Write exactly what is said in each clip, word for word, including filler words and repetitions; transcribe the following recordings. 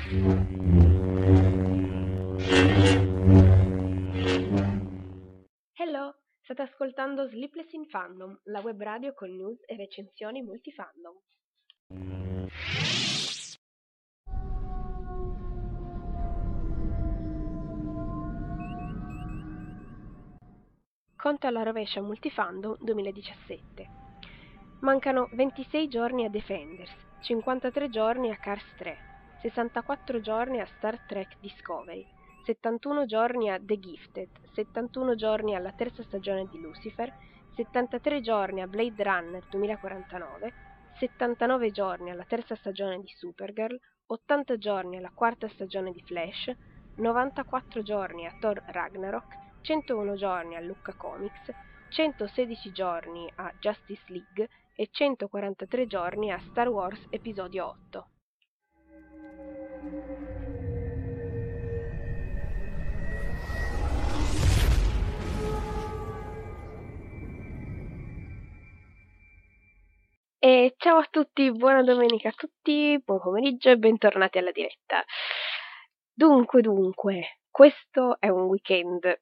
Hello, state ascoltando Sleepless in Fandom, la web radio con news e recensioni multifandom. Conto alla rovescia Multifandom duemiladiciassette. Mancano ventisei giorni a Defenders, cinquantatré giorni a Cars tre, sessantaquattro giorni a Star Trek Discovery, settantuno giorni a The Gifted, settantuno giorni alla terza stagione di Lucifer, settantatré giorni a Blade Runner duemilaquarantanove, settantanove giorni alla terza stagione di Supergirl, ottanta giorni alla quarta stagione di Flash, novantaquattro giorni a Thor Ragnarok, centouno giorni a Lucca Comics, centosedici giorni a Justice League e centoquarantatré giorni a Star Wars Episodio otto. E ciao a tutti, buona domenica a tutti, buon pomeriggio e bentornati alla diretta. Dunque, dunque, questo è un weekend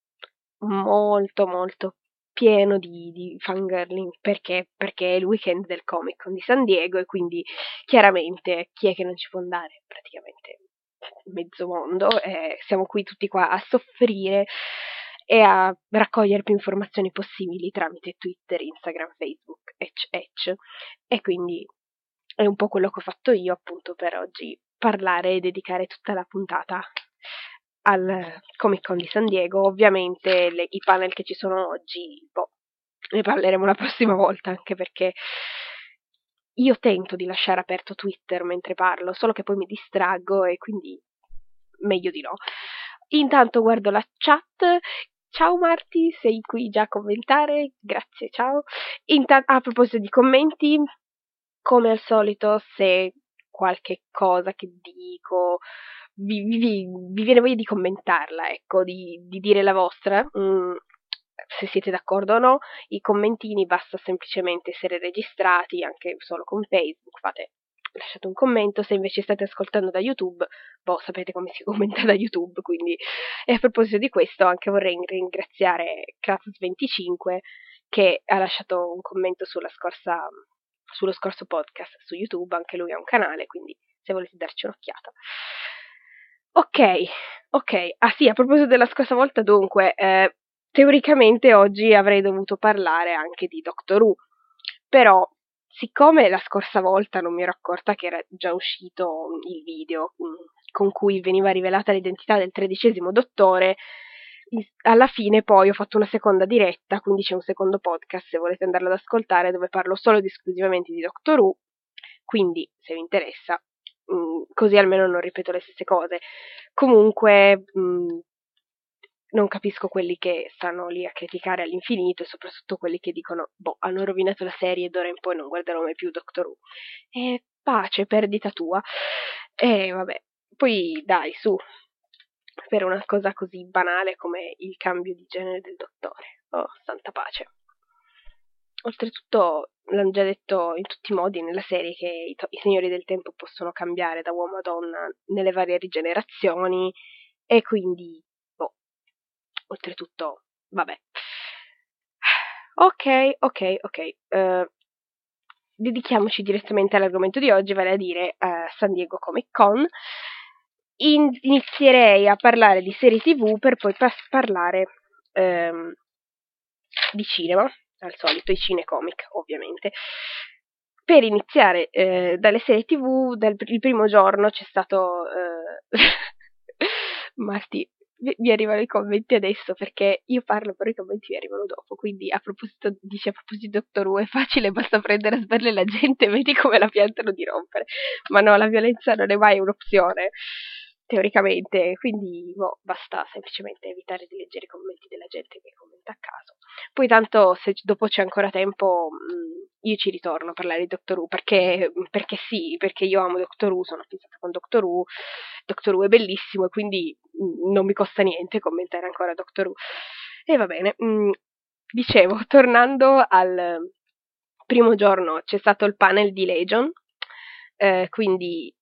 molto molto pieno di, di fangirling, perché? Perché è il weekend del Comic Con di San Diego e quindi chiaramente chi è che non ci può andare? Praticamente mezzo mondo, eh, siamo qui tutti qua a soffrire e a raccogliere più informazioni possibili tramite Twitter, Instagram, Facebook, ecc, ecc. E quindi è un po' quello che ho fatto io appunto per oggi, parlare e dedicare tutta la puntata al Comic Con di San Diego. Ovviamente le, i panel che ci sono oggi, boh, ne parleremo la prossima volta, anche perché io tento di lasciare aperto Twitter mentre parlo, solo che poi mi distraggo e quindi meglio di no. Intanto guardo la chat. Ciao Marti, sei qui già a commentare? Grazie, ciao. Intan- a proposito di commenti, come al solito, se qualche cosa che dico vi, vi, vi viene voglia di commentarla, ecco, di, di dire la vostra, mm, se siete d'accordo o no, i commentini basta semplicemente essere registrati anche solo con Facebook, fate, lasciate un commento. Se invece state ascoltando da YouTube, boh, sapete come si commenta da YouTube, quindi. E a proposito di questo anche vorrei ringraziare Kratos venticinque che ha lasciato un commento sulla scorsa sullo scorso podcast su YouTube, anche lui ha un canale, quindi se volete darci un'occhiata. Ok, ok, ah sì, a proposito della scorsa volta, dunque, eh, teoricamente oggi avrei dovuto parlare anche di Doctor Who, però siccome la scorsa volta non mi ero accorta che era già uscito il video mh, con cui veniva rivelata l'identità del tredicesimo dottore, alla fine poi ho fatto una seconda diretta, quindi c'è un secondo podcast se volete andarlo ad ascoltare, dove parlo solo ed esclusivamente di Doctor Who, quindi se vi interessa, mh, così almeno non ripeto le stesse cose. Comunque mh, non capisco quelli che stanno lì a criticare all'infinito e soprattutto quelli che dicono boh, hanno rovinato la serie e d'ora in poi non guarderò mai più Doctor Who. E pace, perdita tua. E vabbè, poi dai, su, per una cosa così banale come il cambio di genere del dottore. Oh, santa pace. Oltretutto l'hanno già detto in tutti i modi nella serie che i, to- i signori del tempo possono cambiare da uomo a donna nelle varie rigenerazioni e quindi, boh, oltretutto, vabbè. Ok, ok, ok. Uh, dedichiamoci direttamente all'argomento di oggi, vale a dire uh, San Diego Comic Con. In- inizierei a parlare di serie tv per poi pas- parlare um, di cinema, al solito, i cinecomic, ovviamente. Per iniziare eh, dalle serie tv, dal il primo giorno c'è stato eh... Marti, mi arrivano i commenti adesso perché io parlo però i commenti mi arrivano dopo, quindi a proposito, dice a proposito di Doctor Who è facile, basta prendere a sberle la gente e vedi come la piantano di rompere, ma no, la violenza non è mai un'opzione teoricamente, quindi boh, basta semplicemente evitare di leggere i commenti della gente che commenta a caso. Poi tanto se dopo c'è ancora tempo mh, io ci ritorno a parlare di Doctor Who perché, perché sì, perché io amo Doctor Who, sono fissata con Doctor Who, Doctor Who è bellissimo e quindi mh, non mi costa niente commentare ancora Doctor Who. E va bene, mh, dicevo, tornando al primo giorno c'è stato il panel di Legion, eh, quindi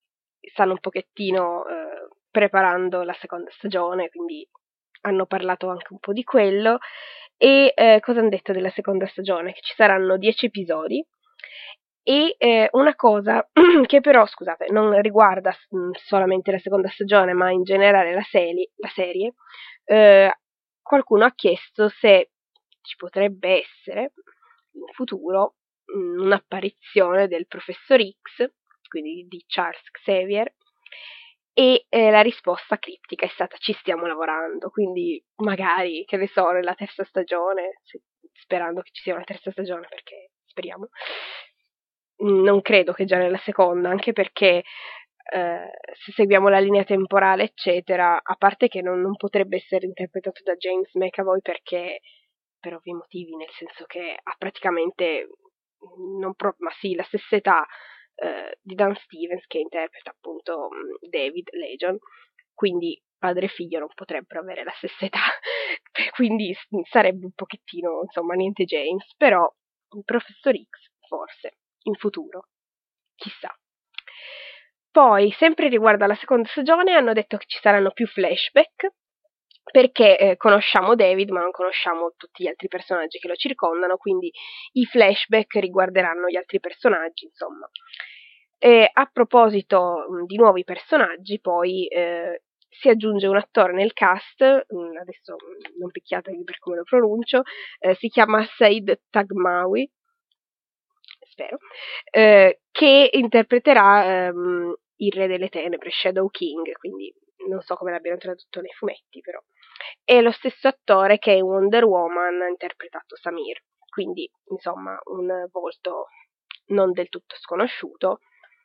stanno un pochettino eh, preparando la seconda stagione, quindi hanno parlato anche un po' di quello. E eh, cosa hanno detto della seconda stagione? Che ci saranno dieci episodi e eh, una cosa che però, scusate, non riguarda mh, solamente la seconda stagione, ma in generale la, seri- la serie, eh, qualcuno ha chiesto se ci potrebbe essere in futuro mh, un'apparizione del professor X, quindi di Charles Xavier, e eh, la risposta criptica è stata ci stiamo lavorando, quindi magari, che ne so, nella terza stagione, se, sperando che ci sia una terza stagione, perché speriamo, non credo che già nella seconda, anche perché eh, se seguiamo la linea temporale, eccetera, a parte che non, non potrebbe essere interpretato da James McAvoy perché per ovvi motivi, nel senso che ha praticamente, non pro- ma sì, la stessa età eh, di Dan Stevens che interpreta appunto David Legion, quindi padre e figlio non potrebbero avere la stessa età, quindi sarebbe un pochettino, insomma, niente James, però il professor X forse in futuro, chissà. Poi, sempre riguardo alla seconda stagione, hanno detto che ci saranno più flashback, perché eh, conosciamo David, ma non conosciamo tutti gli altri personaggi che lo circondano, quindi i flashback riguarderanno gli altri personaggi, insomma. E a proposito mh, di nuovi personaggi, poi eh, si aggiunge un attore nel cast, mh, adesso mh, non picchiatevi per come lo pronuncio, eh, si chiama Said Tagmawi, spero, eh, che interpreterà ehm, il Re delle Tenebre, Shadow King, quindi non so come l'abbiano tradotto nei fumetti, però. È lo stesso attore che in Wonder Woman ha interpretato Samir, quindi insomma un volto non del tutto sconosciuto,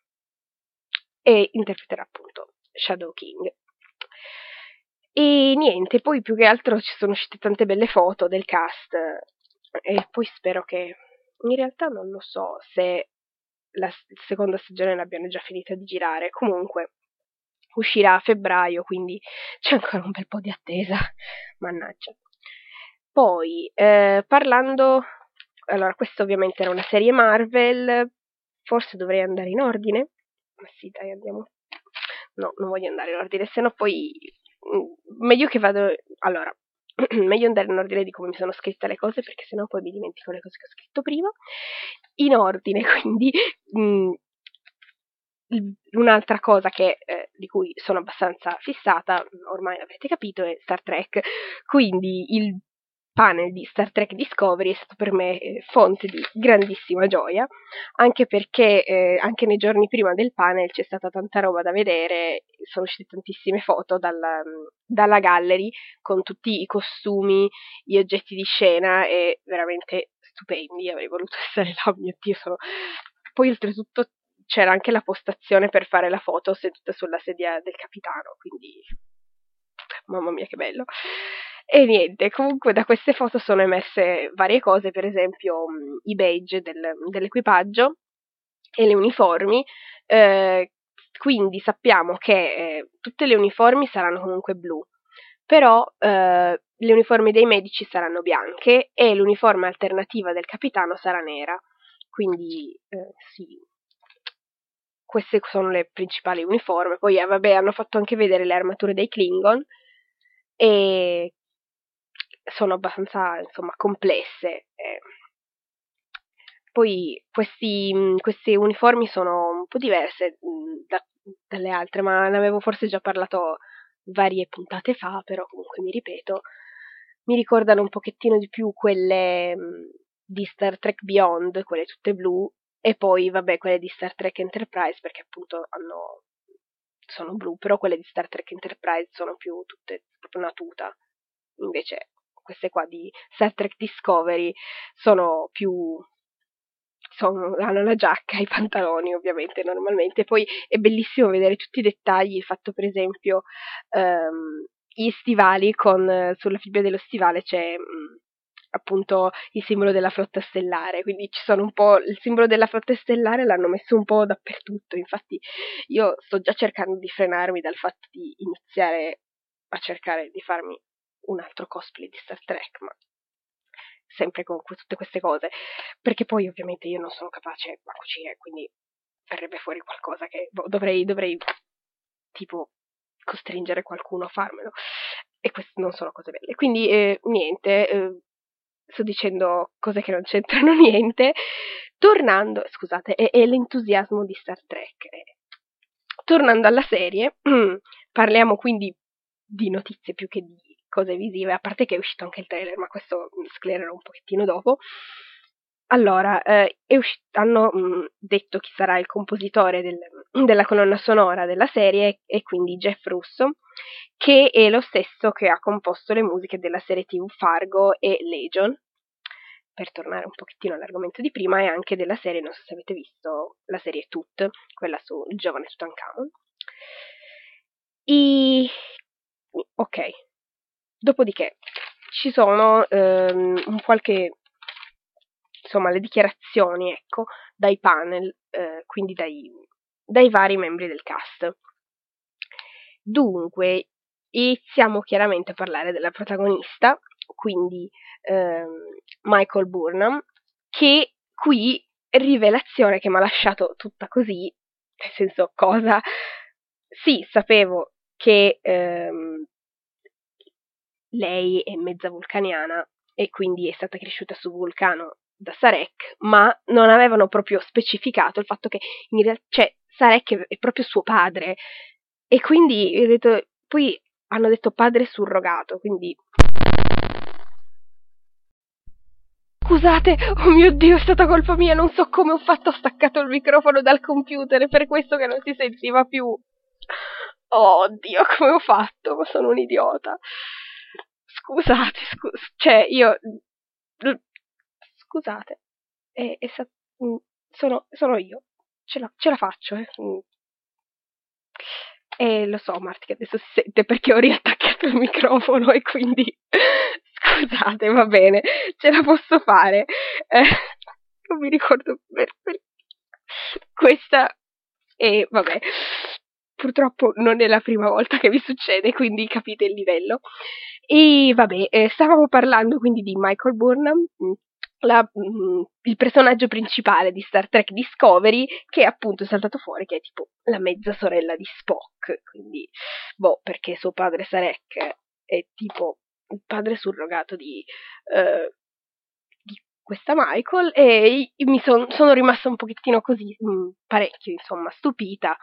e interpreterà appunto Shadow King. E niente, poi più che altro ci sono uscite tante belle foto del cast e poi spero che, in realtà non lo so se la seconda stagione l'abbiano già finita di girare, comunque uscirà a febbraio, quindi c'è ancora un bel po' di attesa, mannaggia. Poi, eh, parlando, allora questa ovviamente era una serie Marvel, forse dovrei andare in ordine, ma sì dai andiamo, no non voglio andare in ordine, se no poi mh, meglio che vado, allora, meglio andare in ordine di come mi sono scritte le cose, perché sennò poi mi dimentico le cose che ho scritto prima, in ordine, quindi mh, un'altra cosa che, eh, di cui sono abbastanza fissata, ormai l'avrete capito, è Star Trek, quindi il panel di Star Trek Discovery è stato per me eh, fonte di grandissima gioia, anche perché eh, anche nei giorni prima del panel c'è stata tanta roba da vedere, sono uscite tantissime foto dalla, dalla gallery con tutti i costumi, gli oggetti di scena e veramente stupendi, avrei voluto stare là, mio Dio, sono... Poi oltretutto c'era anche la postazione per fare la foto seduta sulla sedia del capitano, quindi mamma mia che bello. E niente, comunque da queste foto sono emerse varie cose, per esempio mh, i badge del, dell'equipaggio e le uniformi, eh, quindi sappiamo che eh, tutte le uniformi saranno comunque blu, però eh, le uniformi dei medici saranno bianche e l'uniforme alternativa del capitano sarà nera, quindi eh, sì, queste sono le principali uniformi. Poi eh, vabbè, hanno fatto anche vedere le armature dei Klingon e sono abbastanza, insomma, complesse. Eh. Poi questi, queste uniformi sono un po' diverse mh, da, dalle altre, ma ne avevo forse già parlato varie puntate fa, però comunque mi ripeto, mi ricordano un pochettino di più quelle mh, di Star Trek Beyond, quelle tutte blu, e poi vabbè quelle di Star Trek Enterprise, perché appunto hanno, sono blu, però quelle di Star Trek Enterprise sono più tutte proprio una tuta, invece queste qua di Star Trek Discovery sono più, sono, hanno la giacca e i pantaloni ovviamente normalmente, poi è bellissimo vedere tutti i dettagli, il fatto per esempio ehm, gli stivali con, sulla fibbia dello stivale c'è mh, appunto il simbolo della flotta stellare, quindi ci sono un po', il simbolo della flotta stellare l'hanno messo un po' dappertutto, infatti io sto già cercando di frenarmi dal fatto di iniziare a cercare di farmi un altro cosplay di Star Trek, ma sempre con tutte queste cose, perché poi ovviamente io non sono capace a cucire, quindi verrebbe fuori qualcosa che boh, dovrei, dovrei tipo costringere qualcuno a farmelo, e queste non sono cose belle. Quindi eh, niente, eh, sto dicendo cose che non c'entrano niente. Tornando, scusate, è, è l'entusiasmo di Star Trek. Eh. Tornando alla serie, parliamo quindi di notizie più che di cose visive, a parte che è uscito anche il trailer, ma questo sclererò un pochettino dopo. Allora, eh, è uscito, hanno mh, detto chi sarà il compositore del, della colonna sonora della serie, e quindi Jeff Russo, che è lo stesso che ha composto le musiche della serie tivù Fargo e Legion, per tornare un pochettino all'argomento di prima, e anche della serie, non so se avete visto, la serie Tut, quella sul giovane Tutankhamon. I... Ok, dopodiché ci sono ehm, un qualche, insomma, le dichiarazioni, ecco, dai panel, eh, quindi dai, dai vari membri del cast. Dunque, iniziamo chiaramente a parlare della protagonista, quindi ehm, Michael Burnham, che qui, rivelazione che mi ha lasciato tutta così, nel senso, cosa? Sì, sapevo che ehm, lei è mezza vulcaniana e quindi è stata cresciuta su Vulcano da Sarek, ma non avevano proprio specificato il fatto che in realtà, cioè, Sarek è proprio suo padre, e quindi ho detto, poi hanno detto padre surrogato, quindi scusate, oh mio Dio, è stata colpa mia, non so come ho fatto, ho staccato il microfono dal computer, è per questo che non si sentiva più. Oh Dio, come ho fatto? Ma sono un idiota. Scusate, scus- cioè io... Scusate, è, è sta- mm, sono, sono io, ce la, ce la faccio, eh. Mm. E lo so, Marti, che adesso si sente perché ho riattaccato il microfono e quindi... Scusate, va bene, ce la posso fare. Eh, non mi ricordo per, per... Questa e vabbè, purtroppo non è la prima volta che mi succede, quindi capite il livello. E vabbè, eh, stavamo parlando quindi di Michael Burnham, la, mh, il personaggio principale di Star Trek Discovery, che appunto è saltato fuori che è tipo la mezza sorella di Spock, quindi boh, perché suo padre Sarek è tipo il padre surrogato di, eh, di questa Michael, e mi son, sono rimasta un pochettino così, mh, parecchio insomma stupita,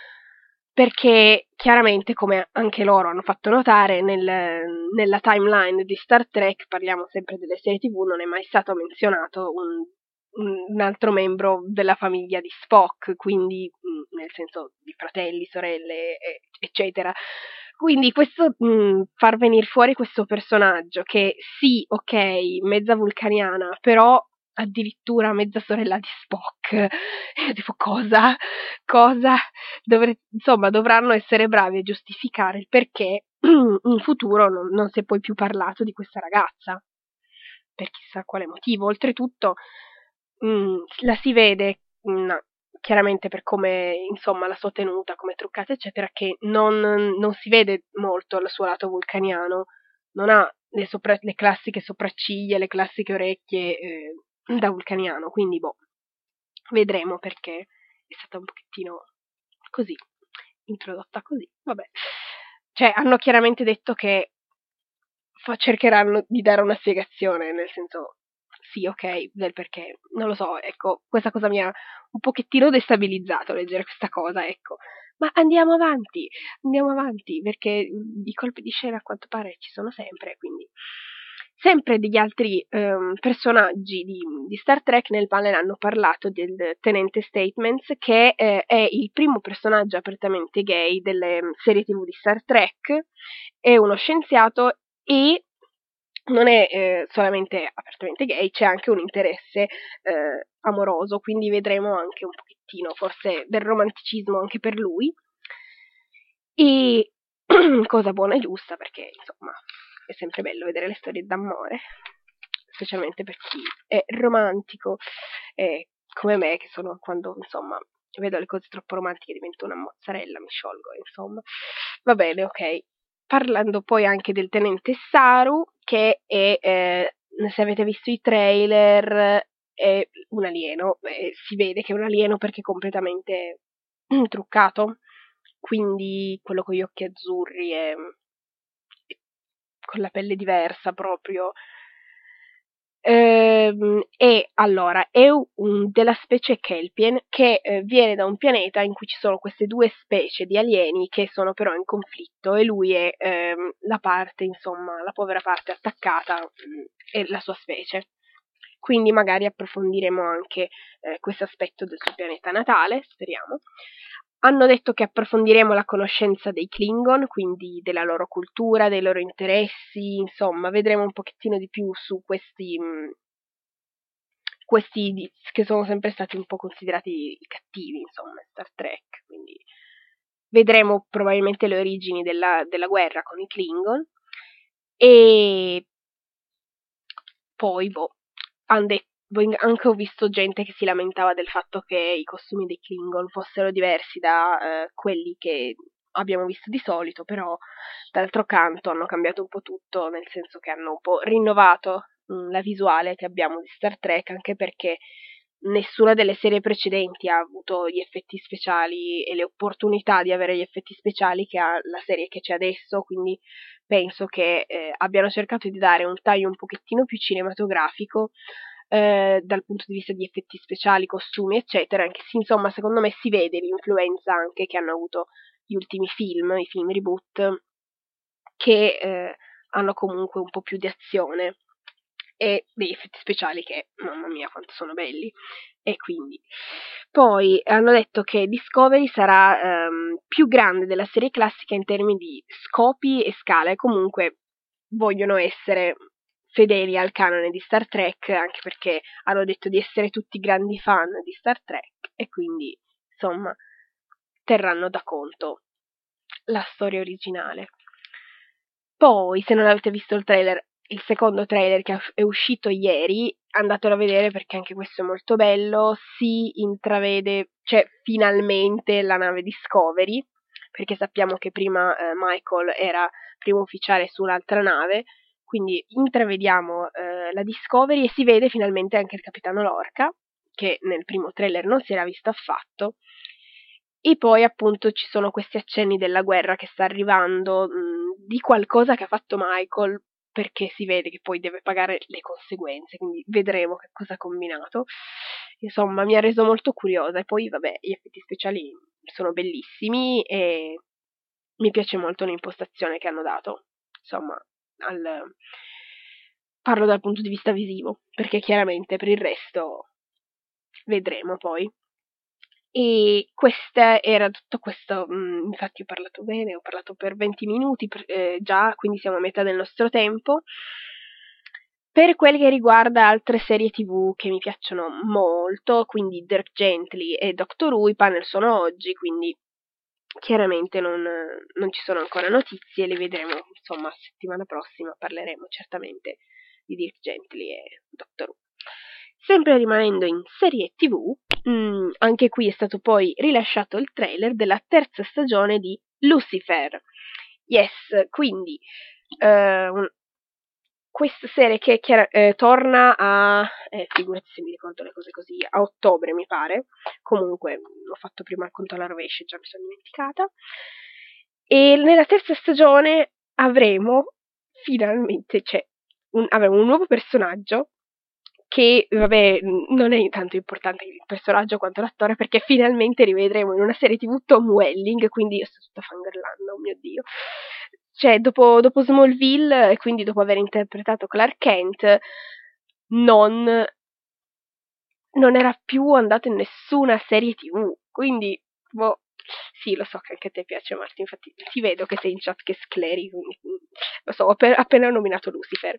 perché chiaramente, come anche loro hanno fatto notare, nel, nella timeline di Star Trek, parliamo sempre delle serie tivù, non è mai stato menzionato un, un altro membro della famiglia di Spock, quindi mh, nel senso di fratelli, sorelle, eccetera. Quindi questo mh, far venire fuori questo personaggio che sì, ok, mezza vulcaniana, però addirittura mezza sorella di Spock. E io tipo, cosa? Cosa? Dovre- insomma, dovranno essere bravi a giustificare il perché in futuro non, non si è poi più parlato di questa ragazza, per chissà quale motivo. Oltretutto, mh, la si vede, mh, chiaramente per come, insomma, la sua tenuta, come è truccata, eccetera, che non, non si vede molto il suo lato vulcaniano, non ha le, sopra- le classiche sopracciglia, le classiche orecchie eh, da vulcaniano, quindi boh, vedremo, perché è stata un pochettino così, introdotta così, vabbè. Cioè, hanno chiaramente detto che fa- cercheranno di dare una spiegazione, nel senso, sì, ok, del perché, non lo so, ecco, questa cosa mi ha un pochettino destabilizzato leggere questa cosa, ecco. Ma andiamo avanti, andiamo avanti, perché mh, i colpi di scena a quanto pare ci sono sempre, quindi... Sempre degli altri ehm, personaggi di, di Star Trek nel panel hanno parlato del tenente Statements, che eh, è il primo personaggio apertamente gay delle mm, serie tivù di Star Trek, è uno scienziato e non è eh, solamente apertamente gay, c'è anche un interesse eh, amoroso, quindi vedremo anche un pochettino forse del romanticismo anche per lui. E cosa buona e giusta, perché insomma è sempre bello vedere le storie d'amore, specialmente per chi è romantico, e come me, che sono, quando insomma vedo le cose troppo romantiche divento una mozzarella, mi sciolgo, insomma. Va bene, ok. Parlando poi anche del tenente Saru, che è, eh, se avete visto i trailer, è un alieno, eh, si vede che è un alieno perché è completamente truccato, quindi quello con gli occhi azzurri e, e con la pelle diversa proprio. Ehm, e allora è un, della specie Kelpien che eh, viene da un pianeta in cui ci sono queste due specie di alieni che sono però in conflitto e lui è ehm, la parte, insomma, la povera parte attaccata mh, è la sua specie. Quindi magari approfondiremo anche eh, questo aspetto del suo pianeta natale, speriamo. Hanno detto che approfondiremo la conoscenza dei Klingon, quindi della loro cultura, dei loro interessi, insomma, vedremo un pochettino di più su questi, mh, questi che sono sempre stati un po' considerati i cattivi, insomma, in Star Trek, quindi vedremo probabilmente le origini della, della guerra con i Klingon e poi, boh, han detto, anche ho visto gente che si lamentava del fatto che i costumi dei Klingon fossero diversi da eh, quelli che abbiamo visto di solito, però d'altro canto hanno cambiato un po' tutto, nel senso che hanno un po' rinnovato mh, la visuale che abbiamo di Star Trek, anche perché nessuna delle serie precedenti ha avuto gli effetti speciali e le opportunità di avere gli effetti speciali che ha la serie che c'è adesso, quindi penso che eh, abbiano cercato di dare un taglio un pochettino più cinematografico eh, dal punto di vista di effetti speciali, costumi, eccetera, anche se insomma secondo me si vede l'influenza anche che hanno avuto gli ultimi film, i film reboot, che eh, hanno comunque un po' più di azione e degli effetti speciali che, mamma mia, quanto sono belli. E quindi poi hanno detto che Discovery sarà ehm, più grande della serie classica in termini di scopi e scala, e comunque vogliono essere fedeli al canone di Star Trek, anche perché hanno detto di essere tutti grandi fan di Star Trek e quindi insomma terranno da conto la storia originale. Poi, se non avete visto il trailer, il secondo trailer che è uscito ieri, andatelo a vedere perché anche questo è molto bello, si intravede, cioè finalmente la nave Discovery, perché sappiamo che prima eh, Michael era primo ufficiale su un'altra nave, quindi intravediamo eh, la Discovery e si vede finalmente anche il capitano Lorca, che nel primo trailer non si era visto affatto. E poi appunto ci sono questi accenni della guerra che sta arrivando, mh, di qualcosa che ha fatto Michael, perché si vede che poi deve pagare le conseguenze, quindi vedremo che cosa ha combinato. Insomma, mi ha reso molto curiosa e poi vabbè, gli effetti speciali sono bellissimi e mi piace molto l'impostazione che hanno dato, insomma, al... parlo dal punto di vista visivo, perché chiaramente per il resto vedremo poi. E questa era tutto questo, mh, infatti ho parlato bene, ho parlato per venti minuti eh, già, quindi siamo a metà del nostro tempo. Per quel che riguarda altre serie tv che mi piacciono molto, quindi Dirk Gently e Doctor Who, i panel sono oggi, quindi chiaramente non, non ci sono ancora notizie, le vedremo insomma settimana prossima, parleremo certamente di Dirk Gently e Doctor Who. Sempre rimanendo in serie tv, mh, anche qui è stato poi rilasciato il trailer della terza stagione di Lucifer. Yes, quindi eh, un, questa serie che chiara, eh, torna a, eh, figurati se mi ricordo le cose così, a ottobre mi pare, comunque ho fatto prima il conto alla rovescia, già mi sono dimenticata, e nella terza stagione avremo finalmente, cioè, un, avremo un nuovo personaggio che, vabbè, non è tanto importante il personaggio quanto l'attore, perché finalmente rivedremo in una serie tv Tom Welling, quindi io sto tutta fangirlando, oh mio Dio. Cioè, dopo, dopo Smallville, e quindi dopo aver interpretato Clark Kent, non, non era più andato in nessuna serie tv, quindi, boh, sì, lo so che anche a te piace Marti, infatti ti vedo che sei in chat che scleri, quindi, lo so, ho appena, appena nominato Lucifer.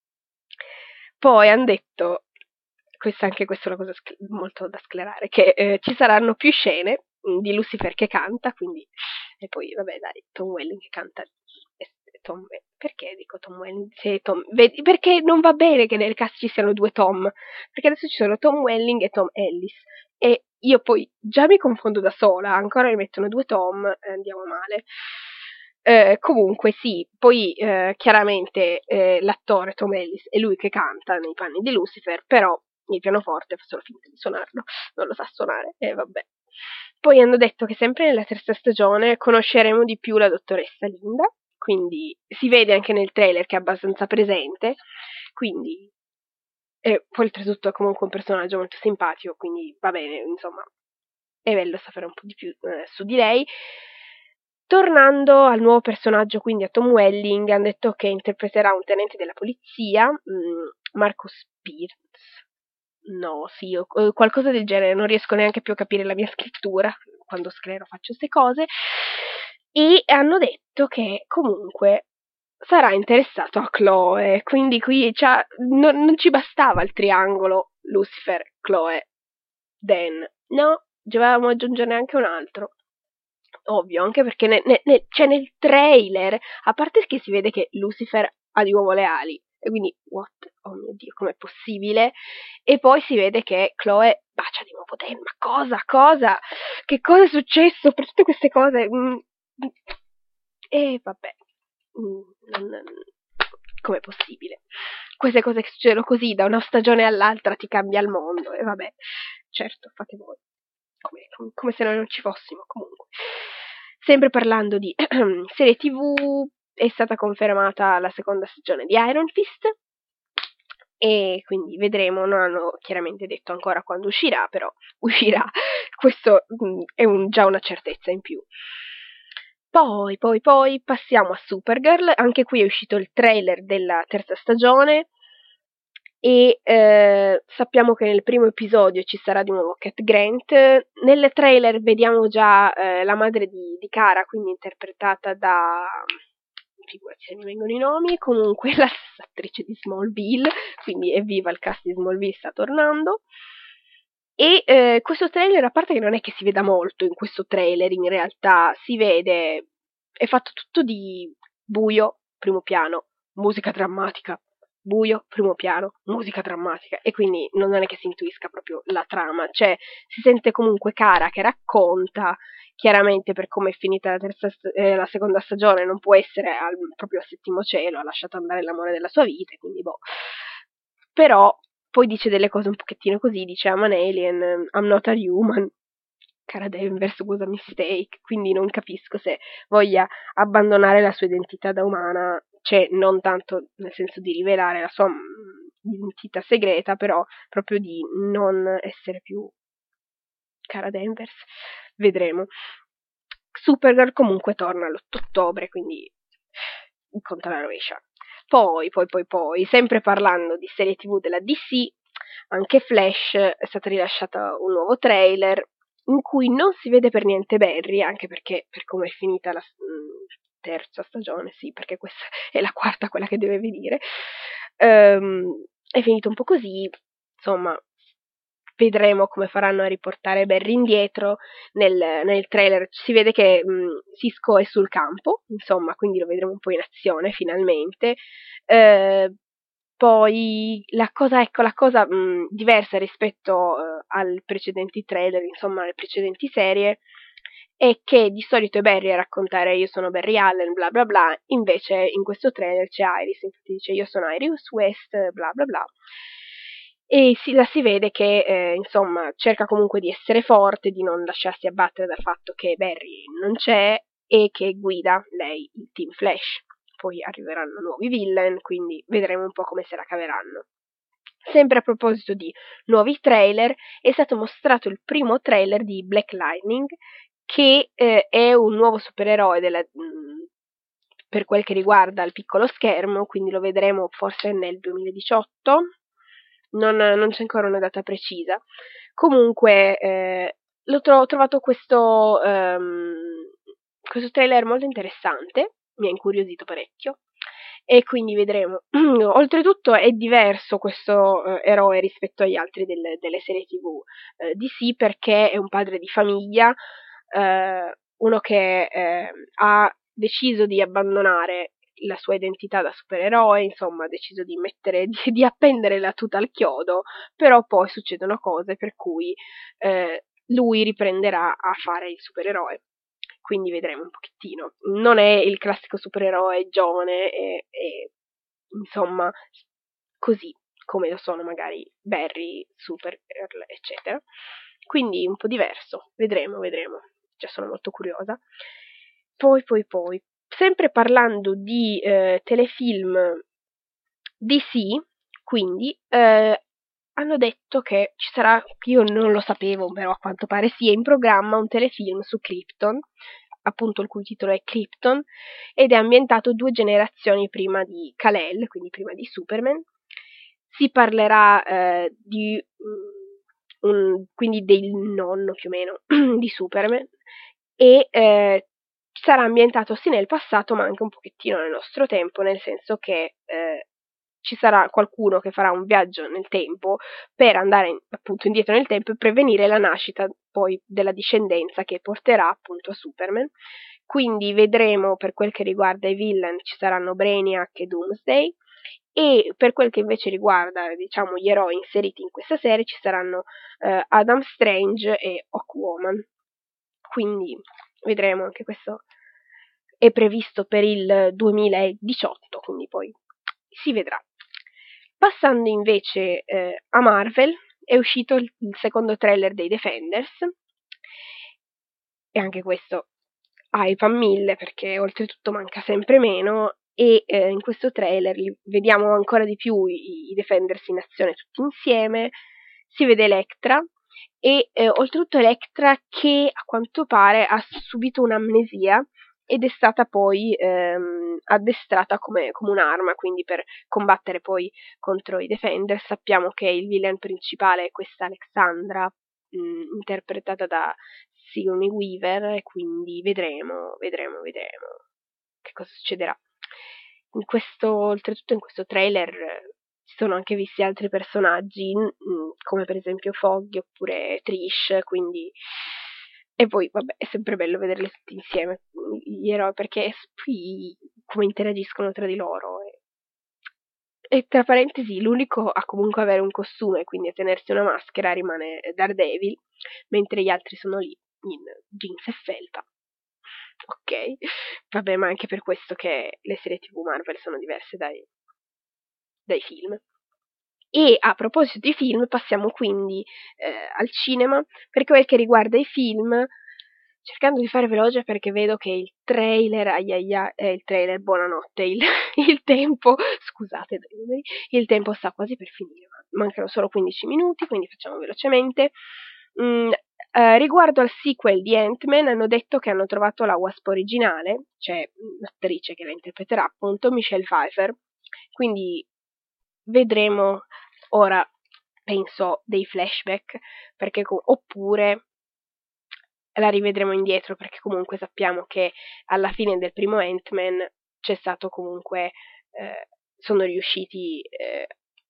Poi hanno detto, questa, anche questa è una cosa sc- molto da sclerare, che eh, ci saranno più scene mh, di Lucifer che canta, quindi, e poi vabbè dai, Tom Welling che canta, e Tom, perché dico Tom Welling? Se Tom, vedi, perché non va bene che nel cast ci siano due Tom, perché adesso ci sono Tom Welling e Tom Ellis, e io poi già mi confondo da sola, ancora mi mettono due Tom e andiamo male. Eh, comunque sì, poi eh, chiaramente eh, l'attore Tom Ellis è lui che canta nei panni di Lucifer, però il pianoforte fa solo finta di suonarlo, non lo sa suonare, e vabbè. Poi hanno detto che sempre nella terza stagione conosceremo di più la dottoressa Linda, quindi si vede anche nel trailer che è abbastanza presente, quindi e poi oltretutto è comunque un personaggio molto simpatico, quindi va bene, insomma, è bello sapere un po' di più eh, su di lei. Tornando al nuovo personaggio, quindi a Tom Welling, hanno detto che interpreterà un tenente della polizia, mh, Marcus Pierce. No, sì, o, o qualcosa del genere, non riesco neanche più a capire la mia scrittura, quando scrivo faccio queste cose. E hanno detto che comunque sarà interessato a Chloe, quindi qui cioè, non, non ci bastava il triangolo Lucifer, Chloe, Dan. No, dovevamo aggiungerne anche un altro. Ovvio, anche perché ne, ne, ne, cioè nel trailer, a parte che si vede che Lucifer ha di nuovo le ali, e quindi, what? Oh mio Dio, com'è possibile? E poi si vede che Chloe bacia di nuovo Dan, ma cosa, cosa? Che cosa è successo per tutte queste cose? Mm, e vabbè, mm, non, com'è possibile? Queste cose che succedono così, da una stagione all'altra ti cambia il mondo, e vabbè, certo, fate voi. Come, come, come se noi non ci fossimo, comunque. Sempre parlando di serie tivù, è stata confermata la seconda stagione di Iron Fist, e quindi vedremo, non hanno chiaramente detto ancora quando uscirà, però uscirà, questo mh, è un, già una certezza in più. Poi, poi, poi passiamo a Supergirl, anche qui è uscito il trailer della terza stagione, e eh, sappiamo che nel primo episodio ci sarà di nuovo Cat Grant. Nel trailer vediamo già eh, la madre di, di Kara, quindi interpretata da, figurati se mi vengono i nomi, comunque la stessa attrice di Smallville, quindi evviva, il cast di Smallville sta tornando. E eh, questo trailer, a parte che non è che si veda molto in questo trailer, in realtà si vede, è fatto tutto di buio, primo piano, musica drammatica, buio, primo piano, musica drammatica, e quindi non è che si intuisca proprio la trama, cioè si sente comunque Kara che racconta, chiaramente per come è finita la, terza, eh, la seconda stagione non può essere al, proprio al settimo cielo, ha lasciato andare l'amore della sua vita, quindi boh, però poi dice delle cose un pochettino così, dice I'm an alien, I'm not a human, cara Danvers was a mistake, quindi non capisco se voglia abbandonare la sua identità da umana, cioè non tanto nel senso di rivelare la sua mh, identità segreta, però proprio di non essere più cara Danvers, vedremo. Supergirl comunque torna l'otto ottobre, quindi conta la rovescia. Poi, poi, poi, poi, sempre parlando di serie tivù della D C, anche Flash è stato rilasciato un nuovo trailer in cui non si vede per niente Barry, anche perché per come è finita la mh, terza stagione, sì, perché questa è la quarta quella che deve venire, um, è finito un po' così, insomma, vedremo come faranno a riportare Barry indietro. Nel, nel trailer si vede che mh, Cisco è sul campo, insomma, quindi lo vedremo un po' in azione finalmente. Eh, poi la cosa, ecco, la cosa mh, diversa rispetto eh, ai precedenti trailer, insomma, alle precedenti serie, è che di solito è Barry a raccontare io sono Barry Allen, bla bla bla, invece in questo trailer c'è Iris, infatti dice io sono Iris West, bla bla bla. E si, la si vede che, eh, insomma, cerca comunque di essere forte, di non lasciarsi abbattere dal fatto che Barry non c'è e che guida lei il Team Flash. Poi arriveranno nuovi villain, quindi vedremo un po' come se la caveranno. Sempre a proposito di nuovi trailer, è stato mostrato il primo trailer di Black Lightning, che eh, è un nuovo supereroe della, mh, per quel che riguarda il piccolo schermo, quindi lo vedremo forse nel duemiladiciotto, non, non c'è ancora una data precisa. Comunque eh, l'ho tro- trovato questo, um, questo trailer molto interessante, mi ha incuriosito parecchio, e quindi vedremo. Oltretutto è diverso questo eh, eroe rispetto agli altri del, delle serie tivù eh, D C, perché è un padre di famiglia, eh, uno che eh, ha deciso di abbandonare la sua identità da supereroe, insomma ha deciso di mettere, di, di appendere la tuta al chiodo, però poi succedono cose per cui eh, lui riprenderà a fare il supereroe. Quindi vedremo un pochettino. Non è il classico supereroe giovane e, e insomma così come lo sono magari Barry, Supergirl, eccetera. quindi un po' diverso, vedremo, vedremo, già sono molto curiosa. Poi, poi, poi, sempre parlando di eh, telefilm D C, quindi eh, hanno detto che ci sarà, io non lo sapevo, però a quanto pare sia in programma un telefilm su Krypton, appunto il cui titolo è Krypton, ed è ambientato due generazioni prima di Kal-El, quindi prima di Superman. Si parlerà eh, di um, un, quindi del nonno più o meno di Superman, e eh, sarà ambientato sì nel passato ma anche un pochettino nel nostro tempo, nel senso che eh, ci sarà qualcuno che farà un viaggio nel tempo per andare in, appunto indietro nel tempo e prevenire la nascita poi della discendenza che porterà appunto a Superman. Quindi vedremo, per quel che riguarda i villain, ci saranno Brainiac e Doomsday, e per quel che invece riguarda, diciamo, gli eroi inseriti in questa serie ci saranno eh, Adam Strange e Hawkwoman. Quindi vedremo, anche questo è previsto per il duemiladiciotto, quindi poi si vedrà. Passando invece eh, a Marvel, è uscito il, il secondo trailer dei Defenders, e anche questo hype a mille, perché oltretutto manca sempre meno, e eh, in questo trailer li vediamo ancora di più i, i Defenders in azione tutti insieme, si vede Elektra, e eh, oltretutto Elektra che a quanto pare ha subito un'amnesia ed è stata poi ehm, addestrata come, come un'arma, quindi per combattere poi contro i Defenders. Sappiamo che il villain principale è questa Alexandra, mh, interpretata da Sigourney Weaver, e quindi vedremo, vedremo, vedremo che cosa succederà. In questo, oltretutto in questo trailer eh, si sono anche visti altri personaggi, mh, come per esempio Foggy oppure Trish, quindi... E poi, vabbè, è sempre bello vederli tutti insieme, gli eroi, perché poi come interagiscono tra di loro. E, e tra parentesi, l'unico a comunque avere un costume, quindi a tenersi una maschera, rimane Daredevil, mentre gli altri sono lì in jeans e felpa. Ok, vabbè, ma anche per questo che le serie tivù Marvel sono diverse dai, dai film. E a proposito di film, passiamo quindi eh, al cinema. Per quel che riguarda i film, cercando di fare veloce perché vedo che il trailer, ai ai ai, eh, il trailer, buonanotte, il, il tempo, scusate, il tempo sta quasi per finire, mancano solo quindici minuti, quindi facciamo velocemente. Mm, eh, riguardo al sequel di Ant-Man, hanno detto che hanno trovato la Wasp originale, cioè l'attrice che la interpreterà appunto, Michelle Pfeiffer, quindi vedremo ora, penso, dei flashback, perché co- oppure la rivedremo indietro, perché comunque sappiamo che alla fine del primo Ant-Man c'è stato comunque, eh, sono riusciti eh,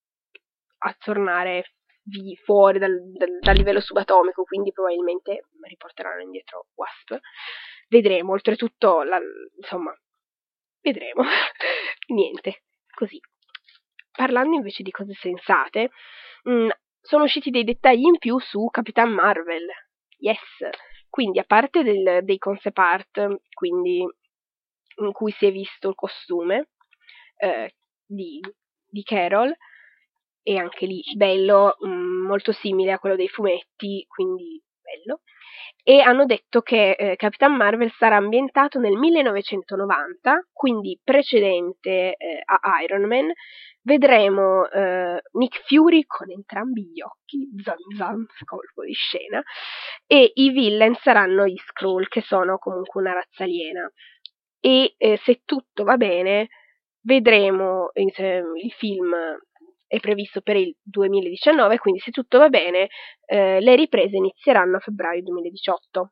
a tornare vi- fuori dal, dal, dal livello subatomico, quindi probabilmente riporteranno indietro Wasp. Vedremo, oltretutto, la, insomma, vedremo. Niente, così. Parlando invece di cose sensate, mh, sono usciti dei dettagli in più su Capitan Marvel. Yes! Quindi, a parte del, dei concept art, quindi in cui si è visto il costume eh, di, di Carol, e anche lì bello, mh, molto simile a quello dei fumetti, quindi bello. E hanno detto che eh, Capitan Marvel sarà ambientato nel millenovecentonovanta, quindi precedente eh, a Iron Man. Vedremo eh, Nick Fury con entrambi gli occhi, zan zan, colpo di scena, e i villain saranno gli Skrull, che sono comunque una razza aliena. E eh, se tutto va bene, vedremo eh, il film è previsto per il duemiladiciannove, quindi se tutto va bene eh, le riprese inizieranno a febbraio duemiladiciotto.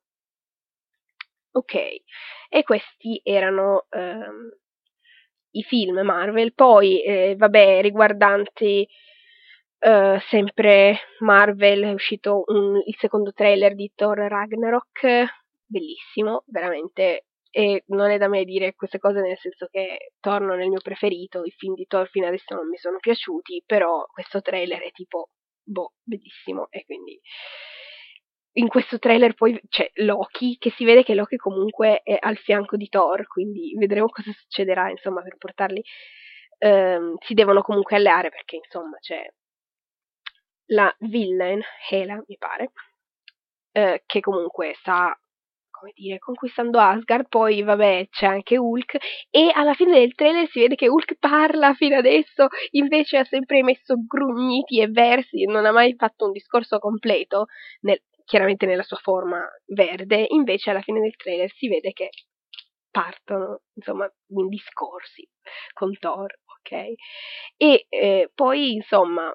Ok, e questi erano ehm, i film Marvel. Poi, eh, vabbè, riguardanti eh, sempre Marvel, è uscito un, il secondo trailer di Thor Ragnarok, bellissimo, veramente. E non è da me dire queste cose, nel senso che Thor non è il mio preferito, i film di Thor fino adesso non mi sono piaciuti, però questo trailer è tipo, boh, bellissimo, e quindi in questo trailer poi c'è Loki, che si vede che Loki comunque è al fianco di Thor, quindi vedremo cosa succederà, insomma, per portarli. Ehm, si devono comunque alleare, perché insomma c'è la villain, Hela, mi pare, eh, che comunque sta, come dire, conquistando Asgard. Poi vabbè c'è anche Hulk, e alla fine del trailer si vede che Hulk parla fino adesso, invece ha sempre emesso grugniti e versi, non ha mai fatto un discorso completo, nel, chiaramente nella sua forma verde. Invece alla fine del trailer si vede che partono, insomma, in discorsi con Thor, ok? E eh, poi, insomma,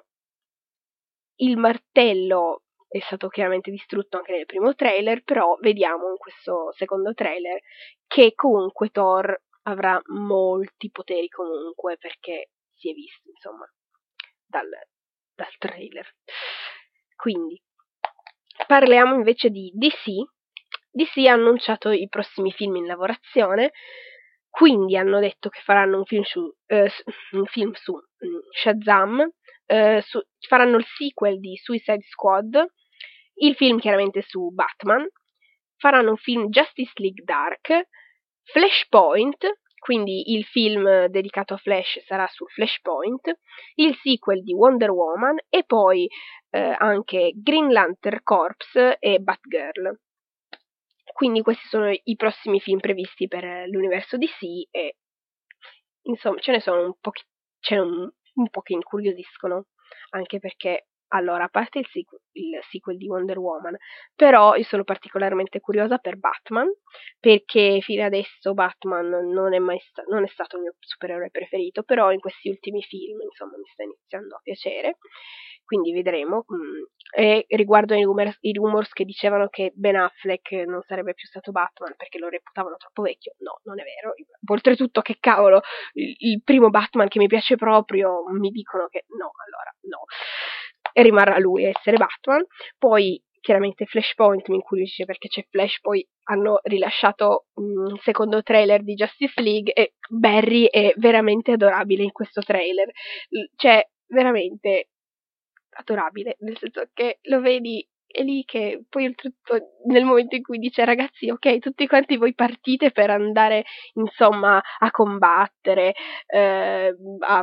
il martello è stato chiaramente distrutto anche nel primo trailer, però vediamo in questo secondo trailer che comunque Thor avrà molti poteri comunque, perché si è visto, insomma, dal, dal trailer. Quindi, parliamo invece di D C. D C ha annunciato i prossimi film in lavorazione, quindi hanno detto che faranno un film su, eh, un film su um, Shazam, eh, su, faranno il sequel di Suicide Squad, il film chiaramente su Batman, faranno un film Justice League Dark, Flashpoint, quindi il film dedicato a Flash sarà su Flashpoint, il sequel di Wonder Woman e poi eh, anche Green Lantern Corps e Batgirl. Quindi questi sono i prossimi film previsti per l'universo D C e insomma ce ne sono un po', che, ce ne un, un po' che incuriosiscono, anche perché allora, a parte il sequel, il sequel di Wonder Woman, però io sono particolarmente curiosa per Batman, perché fino adesso Batman non è mai sta- non è stato il mio supereroe preferito, però in questi ultimi film, insomma, mi sta iniziando a piacere, quindi vedremo. Mm. E riguardo i rumors, i rumors che dicevano che Ben Affleck non sarebbe più stato Batman perché lo reputavano troppo vecchio, no, non è vero. Oltretutto, che cavolo, il, il primo Batman che mi piace proprio, mi dicono che no, allora no, e rimarrà lui a essere Batman. Poi chiaramente Flashpoint mi incuriosisce perché c'è Flash, poi hanno rilasciato un secondo trailer di Justice League e Barry è veramente adorabile in questo trailer, cioè veramente adorabile, nel senso che lo vedi è lì che poi oltretutto nel momento in cui dice ragazzi ok tutti quanti voi partite per andare insomma a combattere, eh, a,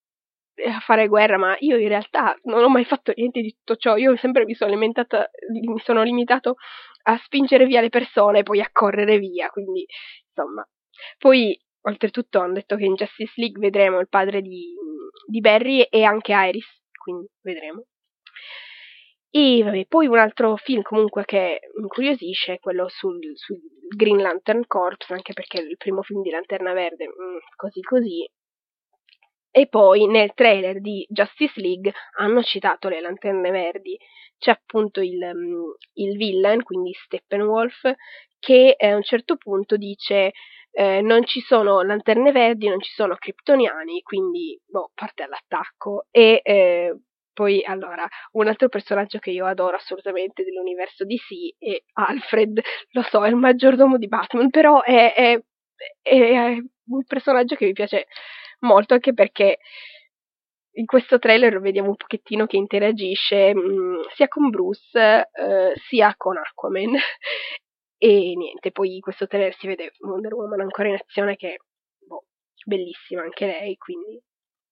a fare guerra, ma io in realtà non ho mai fatto niente di tutto ciò, io sempre mi sono limitata, mi sono limitato a spingere via le persone e poi a correre via, quindi insomma. Poi oltretutto hanno detto che in Justice League vedremo il padre di, di Barry e anche Iris, quindi vedremo. E vabbè, poi un altro film comunque che mi incuriosisce è quello sul, sul Green Lantern Corps, anche perché il primo film di Lanterna Verde, mm, così così. E poi nel trailer di Justice League hanno citato le Lanterne Verdi, c'è appunto il, um, il villain, quindi Steppenwolf, che a un certo punto dice eh, non ci sono Lanterne Verdi, non ci sono Kryptoniani, quindi boh, parte all'attacco. E eh, poi allora, un altro personaggio che io adoro assolutamente dell'universo D C è Alfred, lo so, è il maggiordomo di Batman, però è, è, è, è un personaggio che mi piace molto, anche perché in questo trailer vediamo un pochettino che interagisce mh, sia con Bruce eh, sia con Aquaman e niente, poi in questo trailer si vede Wonder Woman ancora in azione che boh, bellissima anche lei, quindi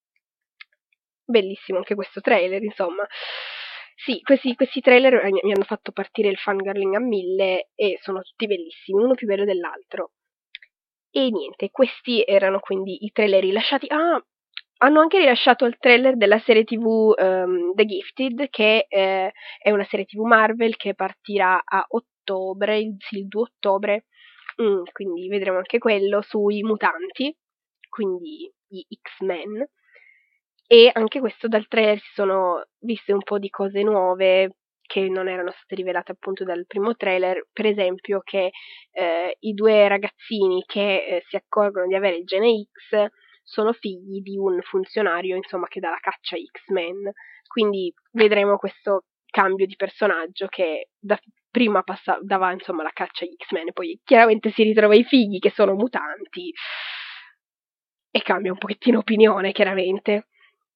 bellissimo anche questo trailer, insomma. Sì, questi, questi trailer mi hanno fatto partire il fangirling a mille e sono tutti bellissimi, uno più bello dell'altro. E niente, questi erano quindi i trailer rilasciati. Ah, hanno anche rilasciato il trailer della serie tivù um, The Gifted, che eh, è una serie tivù Marvel che partirà a ottobre, il, sì, il due ottobre, mm, quindi vedremo anche quello sui mutanti, quindi gli X-Men. E anche questo dal trailer si sono viste un po' di cose nuove che non erano state rivelate appunto dal primo trailer, per esempio che eh, i due ragazzini che eh, si accorgono di avere il gene X sono figli di un funzionario, insomma, che dà la caccia ai X-Men, quindi vedremo questo cambio di personaggio che da prima passa, dava insomma la caccia agli X-Men, poi chiaramente si ritrova i figli che sono mutanti e cambia un pochettino opinione chiaramente.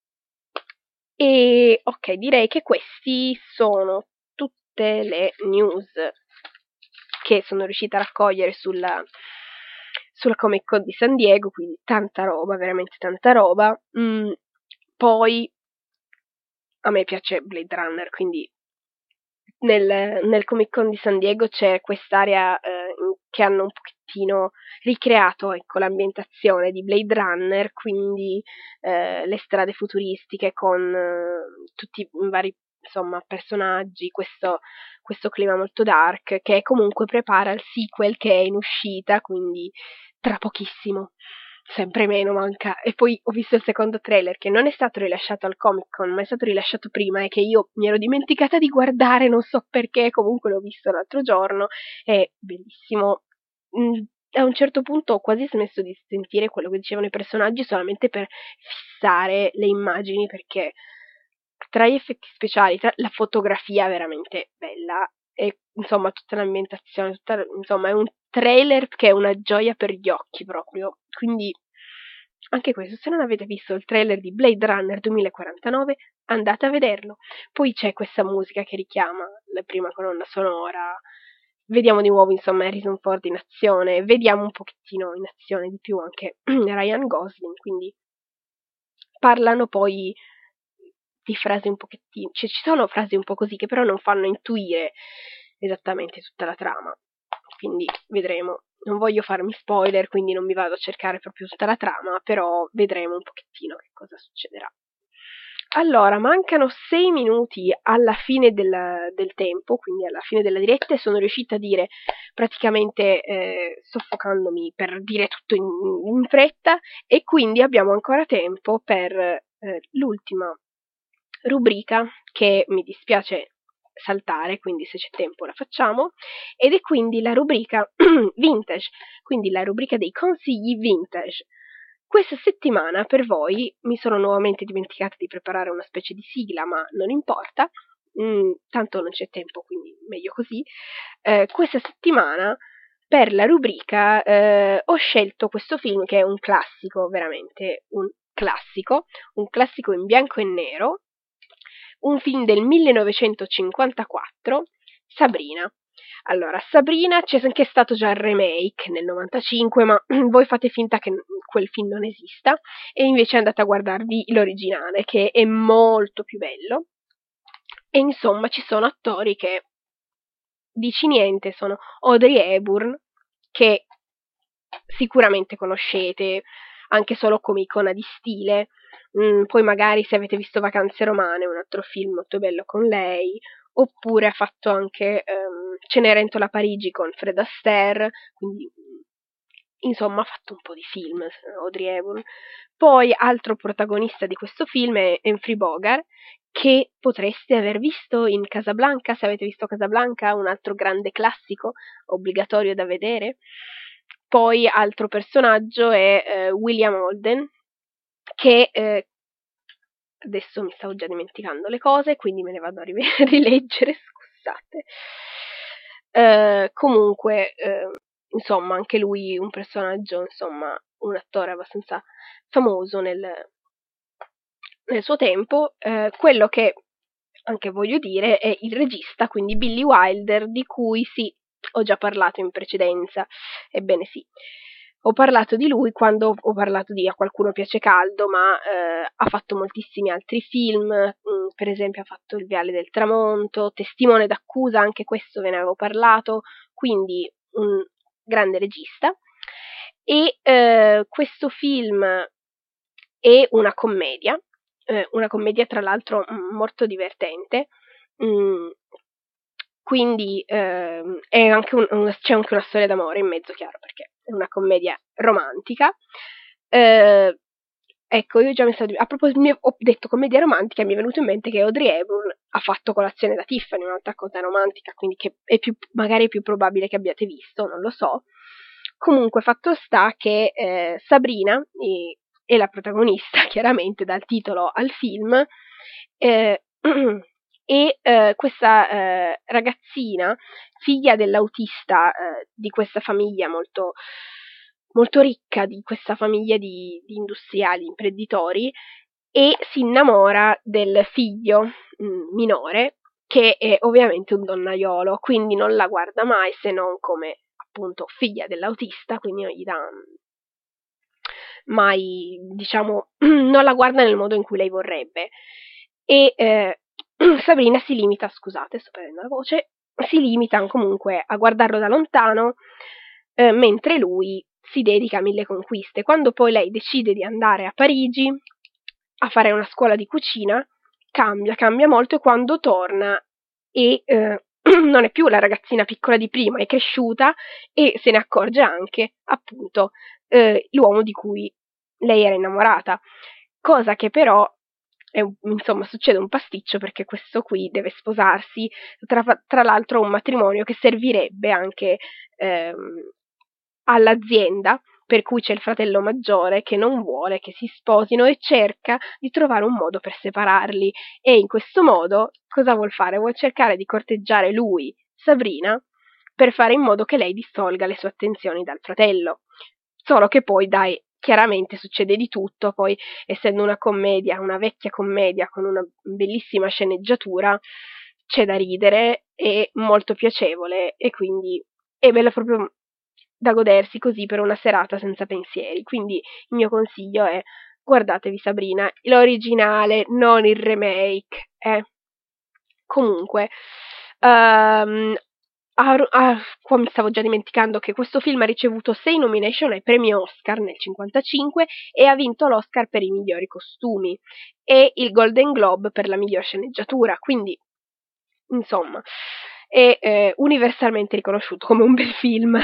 E ok, direi che questi sono tutte le news che sono riuscita a raccogliere sulla, sulla Comic Con di San Diego, quindi tanta roba, veramente tanta roba. Mm, poi a me piace Blade Runner, quindi nel, nel Comic Con di San Diego c'è quest'area eh, che hanno un pochettino ricreato, ecco, l'ambientazione di Blade Runner, quindi eh, le strade futuristiche con eh, tutti i vari, insomma, personaggi, questo, questo clima molto dark che comunque prepara il sequel che è in uscita, quindi tra pochissimo. Sempre meno manca. E poi ho visto il secondo trailer che non è stato rilasciato al Comic Con, ma è stato rilasciato prima e che io mi ero dimenticata di guardare, non so perché, comunque l'ho visto l'altro giorno. È bellissimo. Mm, a un certo punto ho quasi smesso di sentire quello che dicevano i personaggi solamente per fissare le immagini, perché tra gli effetti speciali, tra la fotografia veramente bella e insomma tutta l'ambientazione, tutta, insomma è un trailer che è una gioia per gli occhi proprio. Quindi anche questo, se non avete visto il trailer di Blade Runner duemilaquarantanove, andate a vederlo. Poi c'è questa musica che richiama la prima colonna sonora. Vediamo di nuovo, insomma, Harrison Ford in azione, vediamo un pochettino in azione di più anche Ryan Gosling, quindi parlano poi di frasi un pochettino, cioè ci sono frasi un po' così che però non fanno intuire esattamente tutta la trama, quindi vedremo. Non voglio farmi spoiler, quindi non mi vado a cercare proprio tutta la trama, però vedremo un pochettino che cosa succederà. Allora, mancano sei minuti alla fine del, del tempo, quindi alla fine della diretta, e sono riuscita a dire praticamente eh, soffocandomi per dire tutto in, in fretta, e quindi abbiamo ancora tempo per eh, l'ultima rubrica che mi dispiace saltare, quindi se c'è tempo la facciamo, ed è quindi la rubrica vintage, quindi la rubrica dei consigli vintage. Questa settimana per voi mi sono nuovamente dimenticata di preparare una specie di sigla, ma non importa, mm, tanto non c'è tempo, quindi meglio così. Eh, questa settimana per la rubrica eh, ho scelto questo film che è un classico, veramente un classico, un classico in bianco e nero, un film del millenovecentocinquantaquattro, Sabrina. Allora, Sabrina c'è anche stato già il remake nel novantacinque, ma voi fate finta che quel film non esista e invece andate a guardarvi l'originale, che è molto più bello. E insomma ci sono attori che dici niente, sono Audrey Hepburn, che sicuramente conoscete anche solo come icona di stile. Mm, poi magari se avete visto Vacanze Romane, un altro film molto bello con lei, oppure ha fatto anche um, Cenerentola a Parigi con Fred Astaire, quindi insomma ha fatto un po' di film Audrey Hepburn. Poi altro protagonista di questo film è Humphrey Bogart, che potreste aver visto in Casablanca, se avete visto Casablanca, un altro grande classico obbligatorio da vedere. Poi altro personaggio è eh, William Holden, che eh, adesso mi stavo già dimenticando le cose, quindi me ne vado a rileggere, scusate. Eh, comunque, eh, insomma, anche lui un personaggio, insomma, un attore abbastanza famoso nel, nel suo tempo. Eh, quello che anche voglio dire è il regista, quindi Billy Wilder, di cui sì, ho già parlato in precedenza. Ebbene sì, ho parlato di lui quando ho parlato di A qualcuno piace caldo, ma eh, ha fatto moltissimi altri film, mh, per esempio ha fatto Il viale del tramonto, Testimone d'accusa, anche questo ve ne avevo parlato, quindi un grande regista. E eh, questo film è una commedia, eh, una commedia tra l'altro molto divertente, mm, quindi eh, è anche un, un, c'è anche una storia d'amore in mezzo, chiaro, perché è una commedia romantica. Eh, ecco, io già mi stavo, a proposito, ho detto commedia romantica, mi è venuto in mente che Audrey Hepburn ha fatto Colazione da Tiffany, un'altra cosa romantica, quindi che è più, magari è più probabile che abbiate visto, non lo so. Comunque, fatto sta che eh, Sabrina eh, è la protagonista, chiaramente dal titolo al film, eh, e eh, questa eh, ragazzina, figlia dell'autista eh, di questa famiglia molto, molto ricca, di questa famiglia di, di industriali, imprenditori, e si innamora del figlio mh, minore, che è ovviamente un donnaiolo, quindi non la guarda mai se non come appunto figlia dell'autista, quindi non gli dà mai, diciamo, non la guarda nel modo in cui lei vorrebbe. E eh, Sabrina si limita, scusate, sto perdendo la voce, si limita comunque a guardarlo da lontano, eh, mentre lui si dedica a mille conquiste. Quando poi lei decide di andare a Parigi a fare una scuola di cucina, cambia, cambia molto, e quando torna e eh, non è più la ragazzina piccola di prima, è cresciuta e se ne accorge anche, appunto, eh, l'uomo di cui lei era innamorata, cosa che però è, insomma, succede un pasticcio, perché questo qui deve sposarsi, tra, tra l'altro un matrimonio che servirebbe anche ehm, all'azienda, per cui c'è il fratello maggiore che non vuole che si sposino e cerca di trovare un modo per separarli, e in questo modo cosa vuol fare? Vuol cercare di corteggiare lui, Sabrina, per fare in modo che lei distolga le sue attenzioni dal fratello. Solo che poi, dai, chiaramente succede di tutto, poi essendo una commedia, una vecchia commedia con una bellissima sceneggiatura, c'è da ridere, è molto piacevole e quindi è bella proprio da godersi così per una serata senza pensieri. Quindi il mio consiglio è: guardatevi Sabrina, l'originale, non il remake. Eh. Comunque, um, ah, ah, qua mi stavo già dimenticando che questo film ha ricevuto sei nomination ai premi Oscar nel cinquantacinque e ha vinto l'Oscar per i migliori costumi e il Golden Globe per la miglior sceneggiatura, quindi insomma è eh, universalmente riconosciuto come un bel film.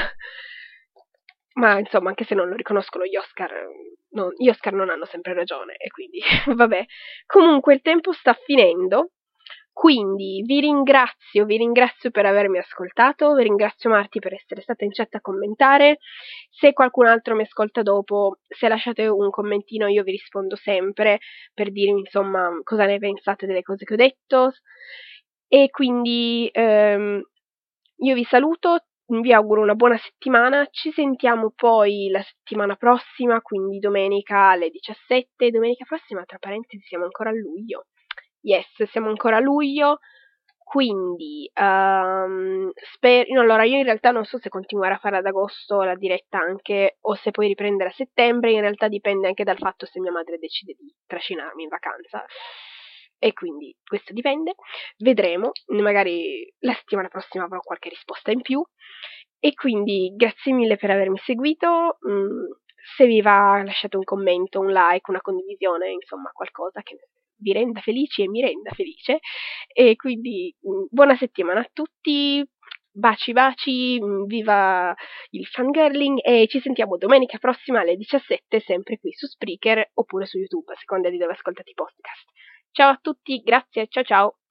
Ma insomma, anche se non lo riconoscono gli Oscar, no, gli Oscar non hanno sempre ragione, e quindi vabbè. Comunque il tempo sta finendo, quindi vi ringrazio, vi ringrazio per avermi ascoltato, vi ringrazio Marti per essere stata in chat a commentare. Se qualcun altro mi ascolta dopo, se lasciate un commentino io vi rispondo sempre per dirmi insomma cosa ne pensate delle cose che ho detto. E quindi ehm, io vi saluto, vi auguro una buona settimana, ci sentiamo poi la settimana prossima, quindi domenica alle diciassette, domenica prossima, tra parentesi, siamo ancora a luglio. Yes, siamo ancora a luglio, quindi um, spero, allora io in realtà non so se continuare a fare ad agosto la diretta anche, o se poi riprendere a settembre, in realtà dipende anche dal fatto se mia madre decide di trascinarmi in vacanza, e quindi questo dipende, vedremo, magari la settimana prossima avrò qualche risposta in più, e quindi grazie mille per avermi seguito. Mm, se vi va lasciate un commento, un like, una condivisione, insomma qualcosa che vi renda felici e mi renda felice, e quindi mh, buona settimana a tutti, baci baci, mh, viva il fangirling, e ci sentiamo domenica prossima alle diciassette, sempre qui su Spreaker oppure su YouTube, a seconda di dove ascoltate i podcast. Ciao a tutti, grazie, ciao ciao!